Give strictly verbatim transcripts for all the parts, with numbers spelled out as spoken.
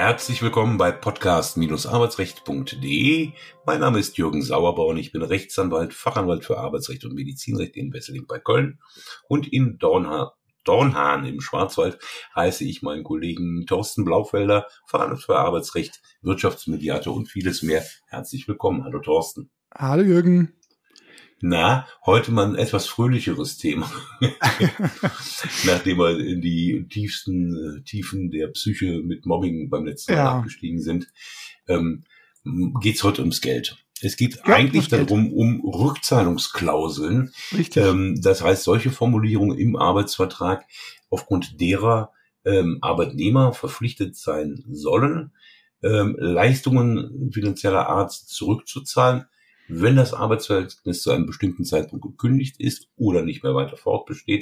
Herzlich willkommen bei podcast Arbeitsrecht punkt de. Mein Name ist Jürgen Sauerbauer und ich bin Rechtsanwalt, Fachanwalt für Arbeitsrecht und Medizinrecht in Wesseling bei Köln. Und in Dornha- Dornhahn im Schwarzwald heiße ich meinen Kollegen Thorsten Blaufelder, Fachanwalt für Arbeitsrecht, Wirtschaftsmediator und vieles mehr. Herzlich willkommen. Hallo Thorsten. Hallo Jürgen. Na, heute mal ein etwas fröhlicheres Thema. Nachdem wir in die tiefsten Tiefen der Psyche mit Mobbing beim letzten Mal ja. abgestiegen sind, ähm, geht's heute ums Geld. Es geht ja, eigentlich darum, um Rückzahlungsklauseln. Richtig. Ähm, das heißt, solche Formulierungen im Arbeitsvertrag, aufgrund derer ähm, Arbeitnehmer verpflichtet sein sollen, ähm, Leistungen finanzieller Art zurückzuzahlen, wenn das Arbeitsverhältnis zu einem bestimmten Zeitpunkt gekündigt ist oder nicht mehr weiter fortbesteht.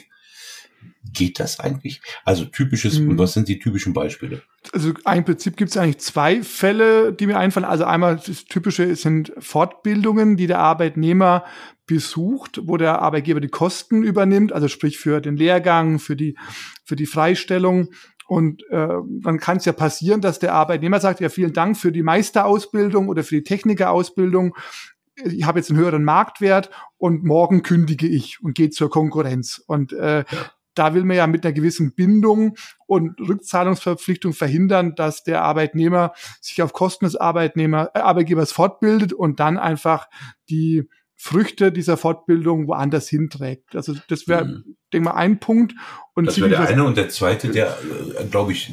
Geht das eigentlich? Also typisches, mhm. und was sind die typischen Beispiele? Also im Prinzip gibt es eigentlich zwei Fälle, die mir einfallen. Also einmal das Typische sind Fortbildungen, die der Arbeitnehmer besucht, wo der Arbeitgeber die Kosten übernimmt, also sprich für den Lehrgang, für die, für die Freistellung. Und äh, dann kann es ja passieren, dass der Arbeitnehmer sagt, ja, vielen Dank für die Meisterausbildung oder für die Technikerausbildung. Ich habe jetzt einen höheren Marktwert und morgen kündige ich und gehe zur Konkurrenz. Und äh, ja. da will man ja mit einer gewissen Bindung und Rückzahlungsverpflichtung verhindern, dass der Arbeitnehmer sich auf Kosten des Arbeitnehmer, äh, Arbeitgebers fortbildet und dann einfach die Früchte dieser Fortbildung woanders hinträgt. Also das wäre, mhm. denke mal, ein Punkt. Und das wäre der eine. Und der zweite, der, äh, glaube ich,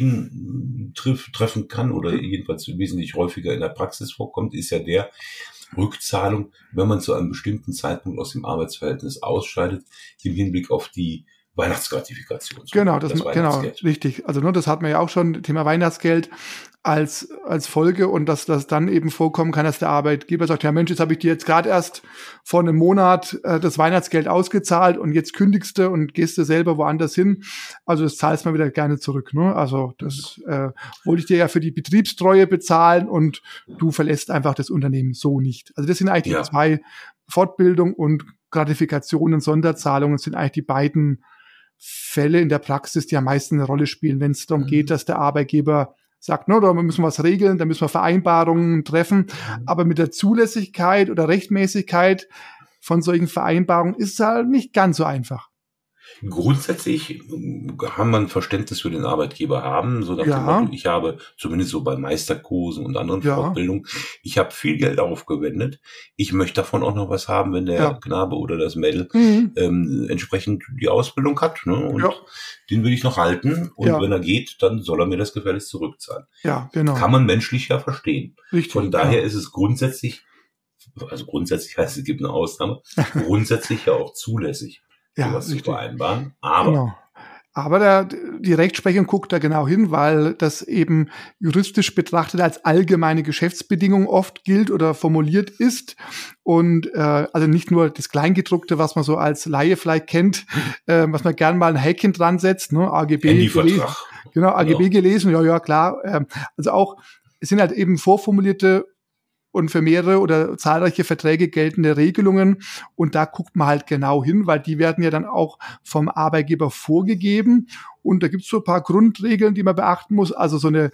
jeden triff, treffen kann oder jedenfalls wesentlich häufiger in der Praxis vorkommt, ist ja der, Rückzahlung, wenn man zu einem bestimmten Zeitpunkt aus dem Arbeitsverhältnis ausscheidet, im Hinblick auf die Weihnachtsgratifikation. Genau, das, das genau, richtig. Also ne, das hat man ja auch schon, Thema Weihnachtsgeld als als Folge und dass das dann eben vorkommen kann, dass der Arbeitgeber sagt, ja Mensch, jetzt habe ich dir jetzt gerade erst vor einem Monat äh, das Weihnachtsgeld ausgezahlt und jetzt kündigst du und gehst du selber woanders hin. Also das zahlst du mal wieder gerne zurück. Ne? Also das äh, wollte ich dir ja für die Betriebstreue bezahlen und du verlässt einfach das Unternehmen so nicht. Also das sind eigentlich ja. die zwei, Fortbildung und Gratifikationen, Sonderzahlungen sind eigentlich die beiden Fälle in der Praxis, die am meisten eine Rolle spielen, wenn es darum mhm. geht, dass der Arbeitgeber sagt, no, da müssen wir was regeln, da müssen wir Vereinbarungen treffen. Mhm. Aber mit der Zulässigkeit oder Rechtmäßigkeit von solchen Vereinbarungen ist es halt nicht ganz so einfach. Grundsätzlich kann man Verständnis für den Arbeitgeber haben, so nach ja. dem Motto, ich habe zumindest so bei Meisterkursen und anderen ja. Fortbildungen, ich habe viel Geld aufgewendet, ich möchte davon auch noch was haben, wenn der ja. Knabe oder das Mädel mhm. ähm, entsprechend die Ausbildung hat, ne? Und ja. den will ich noch halten und ja. wenn er geht, dann soll er mir das gefälligst zurückzahlen. Ja, genau. Kann man menschlich ja verstehen. Richtig, Von daher ja. ist es grundsätzlich, also grundsätzlich heißt es gibt eine Ausnahme, grundsätzlich ja auch zulässig. Ja, was zu vereinbaren, aber genau. Aber der, die Rechtsprechung guckt da genau hin, weil das eben juristisch betrachtet als allgemeine Geschäftsbedingung oft gilt oder formuliert ist und äh, also nicht nur das Kleingedruckte, was man so als Laie vielleicht kennt, äh, was man gern mal ein Häkchen dran setzt, ne, A G B gelesen, genau, A G B genau. gelesen, ja, ja, klar. Äh, also auch, es sind halt eben vorformulierte und für mehrere oder zahlreiche Verträge geltende Regelungen. Und da guckt man halt genau hin, weil die werden ja dann auch vom Arbeitgeber vorgegeben. Und da gibt es so ein paar Grundregeln, die man beachten muss. Also so eine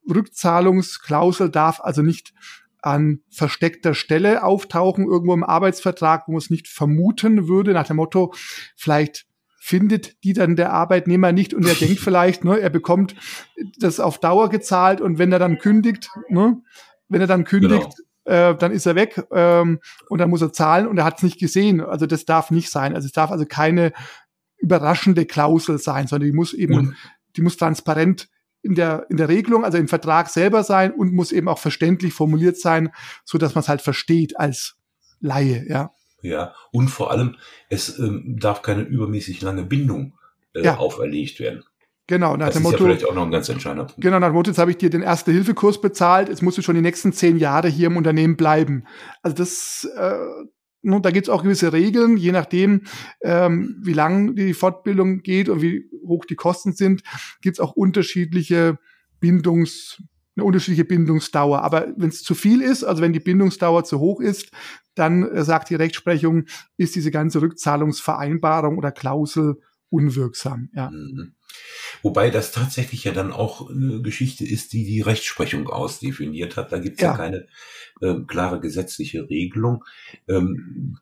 Rückzahlungsklausel darf also nicht an versteckter Stelle auftauchen, irgendwo im Arbeitsvertrag, wo man es nicht vermuten würde, nach dem Motto, vielleicht findet die dann der Arbeitnehmer nicht und er denkt vielleicht, ne, er bekommt das auf Dauer gezahlt und wenn er dann kündigt, ne, Wenn er dann kündigt, genau. äh, dann ist er weg ähm, und dann muss er zahlen und er hat es nicht gesehen. Also das darf nicht sein. Also es darf also keine überraschende Klausel sein, sondern die muss eben, und? die muss transparent in der in der Regelung, also im Vertrag selber sein und muss eben auch verständlich formuliert sein, so dass man es halt versteht als Laie, ja. Ja, und vor allem, es ähm, darf keine übermäßig lange Bindung äh, ja. auferlegt werden. Genau, nach das dem ist Motto, ja vielleicht auch noch ein ganz entscheidender Punkt. Genau, nach dem Motto, jetzt habe ich dir den Erste-Hilfe-Kurs bezahlt, jetzt musst du schon die nächsten zehn Jahre hier im Unternehmen bleiben. Also das, äh, nun, da gibt es auch gewisse Regeln, je nachdem, ähm, wie lang die Fortbildung geht und wie hoch die Kosten sind, gibt es auch unterschiedliche Bindungs, eine unterschiedliche Bindungsdauer. Aber wenn es zu viel ist, also wenn die Bindungsdauer zu hoch ist, dann äh, sagt die Rechtsprechung, ist diese ganze Rückzahlungsvereinbarung oder Klausel unwirksam, ja. Mhm. Wobei das tatsächlich ja dann auch eine Geschichte ist, die die Rechtsprechung ausdefiniert hat. Da gibt es ja. ja keine äh, klare gesetzliche Regelung. Ähm,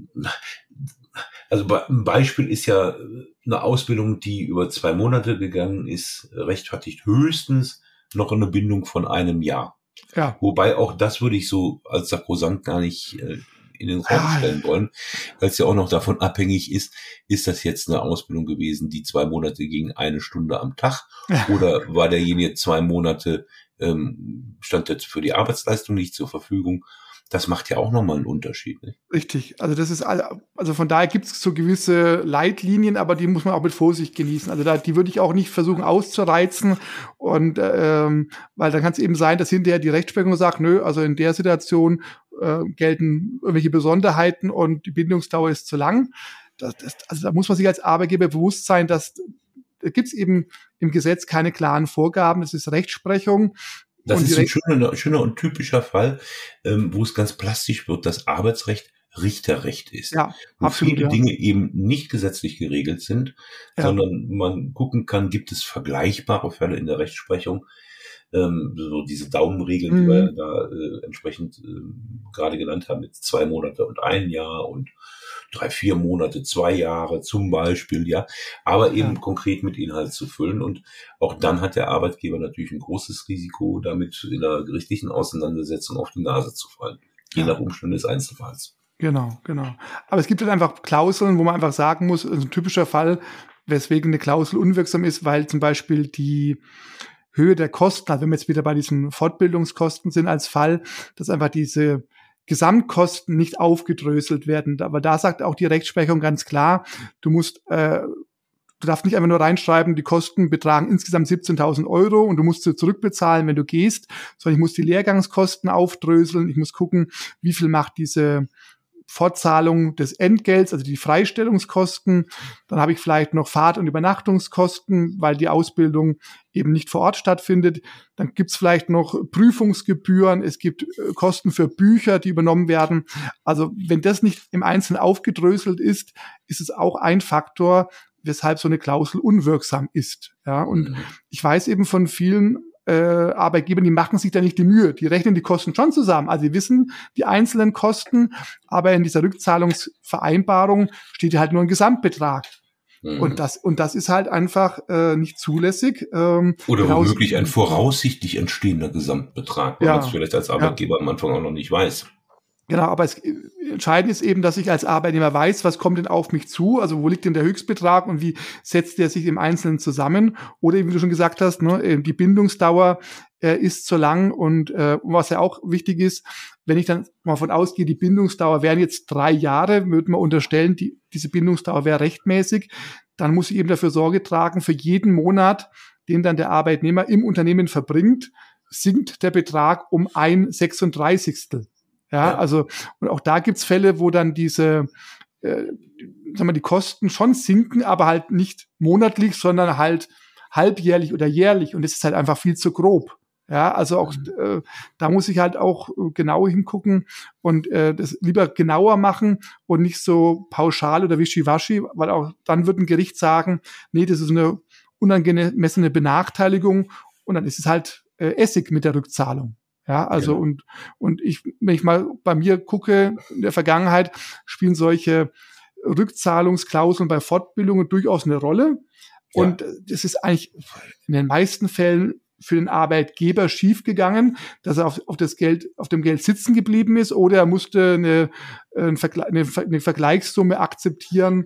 also ein Beispiel ist ja eine Ausbildung, die über zwei Monate gegangen ist, rechtfertigt höchstens noch eine Bindung von einem Jahr. Ja. Wobei auch das würde ich so als Sakrosankt gar nicht äh, in den Raum stellen wollen, weil es ja auch noch davon abhängig ist, ist das jetzt eine Ausbildung gewesen, die zwei Monate ging, eine Stunde am Tag, oder war derjenige zwei Monate, ähm, stand jetzt für die Arbeitsleistung nicht zur Verfügung. Das macht ja auch nochmal einen Unterschied. Ne? Richtig, also das ist, also von daher gibt es so gewisse Leitlinien, aber die muss man auch mit Vorsicht genießen. Also da, die würde ich auch nicht versuchen auszureizen, und ähm, weil dann kann es eben sein, dass hinterher die Rechtsprechung sagt, nö, also in der Situation äh, gelten irgendwelche Besonderheiten und die Bindungsdauer ist zu lang. Das, das, also da muss man sich als Arbeitgeber bewusst sein, dass da gibt es eben im Gesetz keine klaren Vorgaben, das ist Rechtsprechung. Das und ist ein schöner, schöner und typischer Fall, ähm, wo es ganz plastisch wird, dass Arbeitsrecht Richterrecht ist. Ja, wo absolut, viele ja. Dinge eben nicht gesetzlich geregelt sind, ja. sondern man gucken kann, gibt es vergleichbare Fälle in der Rechtsprechung. Ähm, so diese Daumenregeln, die mhm. wir da äh, entsprechend äh, gerade genannt haben, mit zwei Monate und ein Jahr und drei, vier Monate, zwei Jahre zum Beispiel, ja, aber eben ja. konkret mit Inhalt zu füllen. Und auch dann hat der Arbeitgeber natürlich ein großes Risiko, damit in einer gerichtlichen Auseinandersetzung auf die Nase zu fallen, je ja. nach Umständen des Einzelfalls. Genau, genau. Aber es gibt halt einfach Klauseln, wo man einfach sagen muss, also ein typischer Fall, weswegen eine Klausel unwirksam ist, weil zum Beispiel die Höhe der Kosten, also wenn wir jetzt wieder bei diesen Fortbildungskosten sind als Fall, dass einfach diese Gesamtkosten nicht aufgedröselt werden. Aber da sagt auch die Rechtsprechung ganz klar, du musst, äh, du darfst nicht einfach nur reinschreiben, die Kosten betragen insgesamt siebzehntausend Euro und du musst sie zurückbezahlen, wenn du gehst, sondern ich muss die Lehrgangskosten aufdröseln, ich muss gucken, wie viel macht diese Fortzahlung des Entgelts, also die Freistellungskosten. Dann habe ich vielleicht noch Fahrt- und Übernachtungskosten, weil die Ausbildung eben nicht vor Ort stattfindet. Dann gibt es vielleicht noch Prüfungsgebühren. Es gibt Kosten für Bücher, die übernommen werden. Also wenn das nicht im Einzelnen aufgedröselt ist, ist es auch ein Faktor, weshalb so eine Klausel unwirksam ist. Ja, und ich weiß eben von vielen Äh, Arbeitgebern, die machen sich da nicht die Mühe. Die rechnen die Kosten schon zusammen. Also sie wissen die einzelnen Kosten, aber in dieser Rückzahlungsvereinbarung steht halt nur ein Gesamtbetrag. Mhm. Und das und das ist halt einfach äh, nicht zulässig. Ähm, Oder womöglich ein voraussichtlich entstehender Gesamtbetrag, weil ja, man es vielleicht als Arbeitgeber ja. am Anfang auch noch nicht weiß. Genau, aber es, entscheidend ist eben, dass ich als Arbeitnehmer weiß, was kommt denn auf mich zu, also wo liegt denn der Höchstbetrag und wie setzt der sich im Einzelnen zusammen. Oder eben, wie du schon gesagt hast, ne, die Bindungsdauer äh, ist zu lang und äh, was ja auch wichtig ist, wenn ich dann mal von ausgehe, die Bindungsdauer wären jetzt drei Jahre, würde man unterstellen, die, diese Bindungsdauer wäre rechtmäßig, dann muss ich eben dafür Sorge tragen, für jeden Monat, den dann der Arbeitnehmer im Unternehmen verbringt, sinkt der Betrag um ein Sechsunddreißigstel. Ja, also, und auch da gibt's Fälle, wo dann diese, äh, sagen wir, die Kosten schon sinken, aber halt nicht monatlich, sondern halt halbjährlich oder jährlich. Und das ist halt einfach viel zu grob. Ja, also auch, äh, da muss ich halt auch genau hingucken und äh, das lieber genauer machen und nicht so pauschal oder wischiwaschi, weil auch dann wird ein Gericht sagen, nee, das ist eine unangemessene Benachteiligung und dann ist es halt äh, Essig mit der Rückzahlung. Ja, also genau. und und ich, wenn ich mal bei mir gucke, in der Vergangenheit spielen solche Rückzahlungsklauseln bei Fortbildungen durchaus eine Rolle. Ja. Und das ist eigentlich in den meisten Fällen für den Arbeitgeber schiefgegangen, dass er auf, auf das Geld, auf dem Geld sitzen geblieben ist, oder er musste eine, eine, eine Vergleichssumme akzeptieren,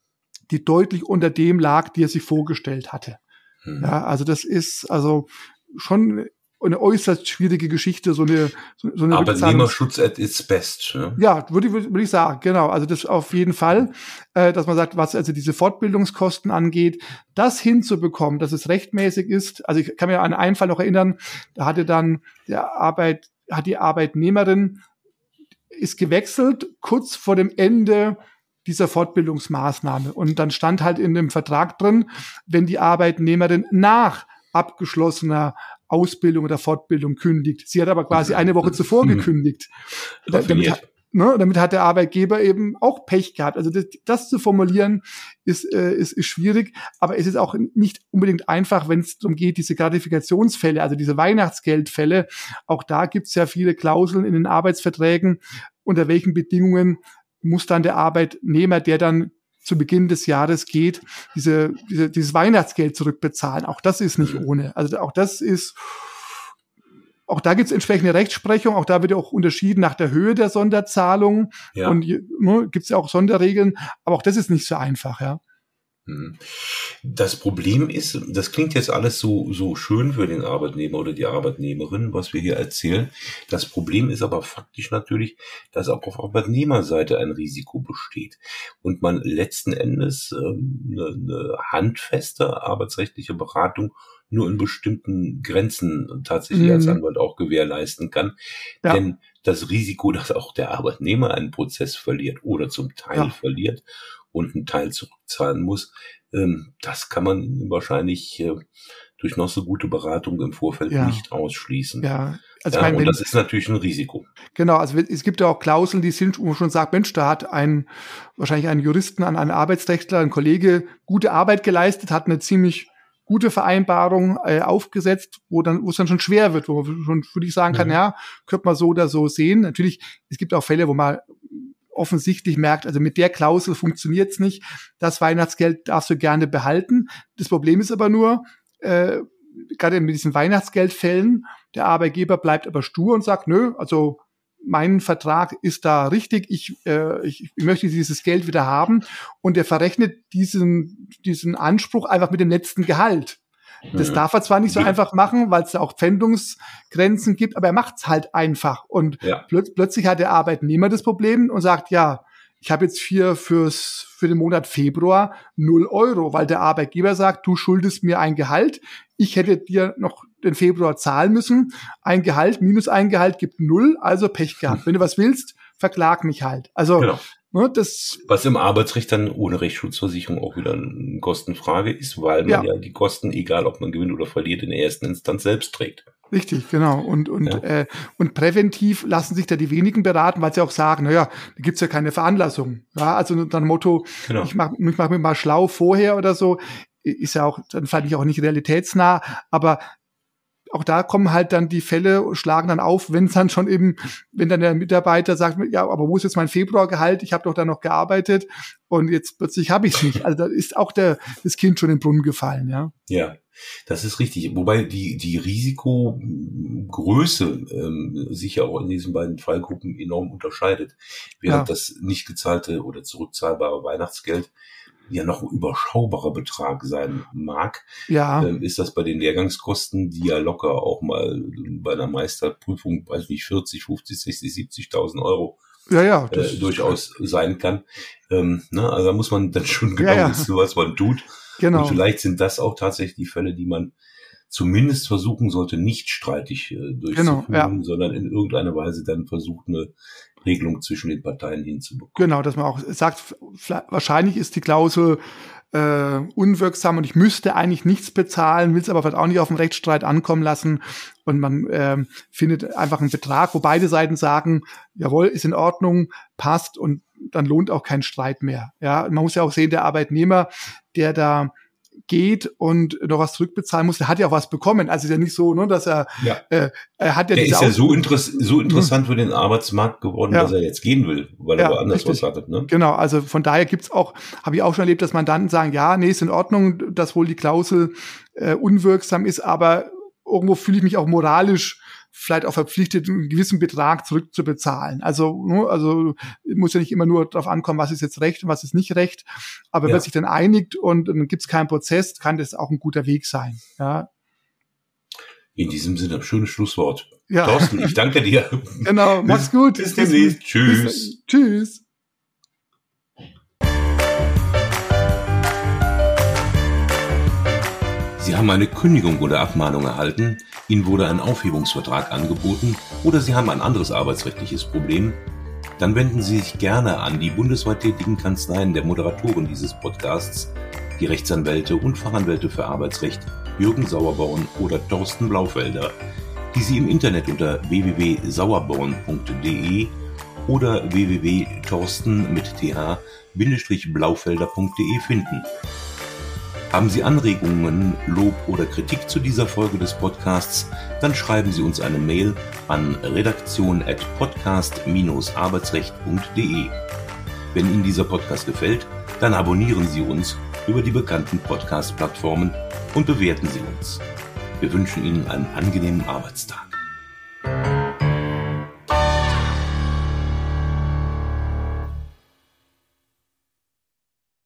die deutlich unter dem lag, die er sich vorgestellt hatte. Hm. Ja, also das ist also schon eine äußerst schwierige Geschichte, so eine, so, so eine Arbeitnehmerschutz at its best. Ne? Ja, würde ich, würde ich sagen, genau. Also das auf jeden Fall, äh, dass man sagt, was also diese Fortbildungskosten angeht, das hinzubekommen, dass es rechtmäßig ist. Also ich kann mich an einen Fall noch erinnern, da hatte dann der Arbeit, hat die Arbeitnehmerin ist gewechselt kurz vor dem Ende dieser Fortbildungsmaßnahme. Und dann stand halt in dem Vertrag drin, wenn die Arbeitnehmerin nach abgeschlossener Ausbildung oder Fortbildung kündigt. Sie hat aber quasi eine Woche zuvor gekündigt. Damit, ne, damit hat der Arbeitgeber eben auch Pech gehabt. Also das, das zu formulieren ist, äh, ist, ist schwierig, aber es ist auch nicht unbedingt einfach, wenn es darum geht, diese Gratifikationsfälle, also diese Weihnachtsgeldfälle, auch da gibt es ja viele Klauseln in den Arbeitsverträgen, unter welchen Bedingungen muss dann der Arbeitnehmer, der dann zu Beginn des Jahres geht, diese, diese, dieses Weihnachtsgeld zurückbezahlen. Auch das ist nicht ohne. Also auch das ist, auch da gibt es entsprechende Rechtsprechung. Auch da wird ja auch unterschieden nach der Höhe der Sonderzahlung. Ja. Und ne, gibt es ja auch Sonderregeln. Aber auch das ist nicht so einfach, ja. Das Problem ist, das klingt jetzt alles so, so schön für den Arbeitnehmer oder die Arbeitnehmerin, was wir hier erzählen. Das Problem ist aber faktisch natürlich, dass auch auf Arbeitnehmerseite ein Risiko besteht und man letzten Endes ähm, eine, eine handfeste arbeitsrechtliche Beratung nur in bestimmten Grenzen tatsächlich mhm. als Anwalt auch gewährleisten kann. Ja. Denn das Risiko, dass auch der Arbeitnehmer einen Prozess verliert oder zum Teil ja. verliert und einen Teil zurückzahlen muss, ähm, das kann man wahrscheinlich äh, durch noch so gute Beratung im Vorfeld ja. nicht ausschließen. Ja, also ja, mein, und wenn, das ist natürlich ein Risiko. Genau, also es gibt ja auch Klauseln, die sind, wo man schon sagt, Mensch, da hat ein wahrscheinlich ein Juristen, ein, ein Arbeitsrechtler, ein Kollege gute Arbeit geleistet, hat eine ziemlich gute Vereinbarung äh, aufgesetzt, wo dann, wo es dann schon schwer wird, wo man schon für dich sagen kann, ja. ja, könnte man so oder so sehen. Natürlich, es gibt auch Fälle, wo man offensichtlich merkt, also mit der Klausel funktioniert's nicht. Das Weihnachtsgeld darfst du gerne behalten. Das Problem ist aber nur, äh, gerade mit diesen Weihnachtsgeldfällen, der Arbeitgeber bleibt aber stur und sagt, nö, also mein Vertrag ist da richtig, ich, äh, ich, ich möchte dieses Geld wieder haben, und er verrechnet diesen, diesen Anspruch einfach mit dem letzten Gehalt. Das ja. darf er zwar nicht so ja. einfach machen, weil es da auch Pfändungsgrenzen gibt, aber er macht es halt einfach. Und ja. plöt- plötzlich hat der Arbeitnehmer das Problem und sagt, ja, ich habe jetzt hier fürs für den Monat Februar null Euro, weil der Arbeitgeber sagt, du schuldest mir ein Gehalt, ich hätte dir noch den Februar zahlen müssen, ein Gehalt minus ein Gehalt gibt null, also Pech gehabt. Wenn du was willst, verklag mich halt. Also genau. ne, das was im Arbeitsrecht dann ohne Rechtsschutzversicherung auch wieder eine Kostenfrage ist, weil man ja, ja die Kosten, egal ob man gewinnt oder verliert, in der ersten Instanz selbst trägt. Richtig, genau. Und und ja. äh, und präventiv lassen sich da die wenigen beraten, weil sie auch sagen, naja, da gibt's ja keine Veranlassung. Ja, also nach dem Motto, genau. ich mach, ich mach mir mal schlau vorher oder so, ist ja auch dann vielleicht auch nicht realitätsnah, aber auch da kommen halt dann die Fälle, schlagen dann auf, wenn es dann schon eben, wenn dann der Mitarbeiter sagt, ja, aber wo ist jetzt mein Februargehalt? Ich habe doch da noch gearbeitet und jetzt plötzlich habe ich es nicht. Also da ist auch der, das Kind schon in den Brunnen gefallen, ja. Ja, das ist richtig. Wobei die die Risikogröße ähm, sich ja auch in diesen beiden Fallgruppen enorm unterscheidet. Während ja. das nicht gezahlte oder zurückzahlbare Weihnachtsgeld ja noch ein überschaubarer Betrag sein mag, ja. ähm, ist das bei den Lehrgangskosten, die ja locker auch mal bei einer Meisterprüfung, weiß nicht, vierzig, fünfzig, sechzig, siebzigtausend Euro ja, ja, äh, durchaus sein kann. Ähm, ne, also da muss man dann schon genau ja, ja. wissen, was man tut. Genau. Und vielleicht sind das auch tatsächlich die Fälle, die man zumindest versuchen sollte, nicht streitig äh, durchzuführen, genau, ja. sondern in irgendeiner Weise dann versucht, eine Regelung zwischen den Parteien hinzubekommen. Genau, dass man auch sagt, wahrscheinlich ist die Klausel äh, unwirksam und ich müsste eigentlich nichts bezahlen, will es aber vielleicht auch nicht auf den Rechtsstreit ankommen lassen, und man äh, findet einfach einen Betrag, wo beide Seiten sagen, jawohl, ist in Ordnung, passt, und dann lohnt auch kein Streit mehr. Ja, man muss ja auch sehen, der Arbeitnehmer, der da geht und noch was zurückbezahlen muss, der hat ja auch was bekommen. Also ist ja nicht so, ne, dass er, ja. äh, er hat ja der ist ja so, interess- so interessant mhm. für den Arbeitsmarkt geworden, ja. dass er jetzt gehen will, weil ja, er woanders was hatte. Ne? Genau, also von daher gibt's auch, habe ich auch schon erlebt, dass Mandanten sagen, ja, nee, ist in Ordnung, dass wohl die Klausel äh, unwirksam ist, aber irgendwo fühle ich mich auch moralisch vielleicht auch verpflichtet, einen gewissen Betrag zurückzubezahlen. Also, ne, also muss ja nicht immer nur darauf ankommen, was ist jetzt Recht und was ist nicht Recht. Aber ja. wer sich dann einigt und dann gibt es keinen Prozess, kann das auch ein guter Weg sein. Ja. In diesem Sinne, schönes Schlusswort. Ja. Thorsten, ich danke dir. Genau, mach's gut. Bis demnächst. Tschüss. Bis, tschüss. Sie haben eine Kündigung oder Abmahnung erhalten, Ihnen wurde ein Aufhebungsvertrag angeboten oder Sie haben ein anderes arbeitsrechtliches Problem, dann wenden Sie sich gerne an die bundesweit tätigen Kanzleien der Moderatoren dieses Podcasts, die Rechtsanwälte und Fachanwälte für Arbeitsrecht Jürgen Sauerborn oder Thorsten Blaufelder, die Sie im Internet unter w w w punkt sauerborn punkt d e oder w w w punkt torsten mit th Bindestrich blaufelder punkt de finden. Haben Sie Anregungen, Lob oder Kritik zu dieser Folge des Podcasts, dann schreiben Sie uns eine Mail an redaktion at podcast dash arbeitsrecht punkt de. Wenn Ihnen dieser Podcast gefällt, dann abonnieren Sie uns über die bekannten Podcast-Plattformen und bewerten Sie uns. Wir wünschen Ihnen einen angenehmen Arbeitstag.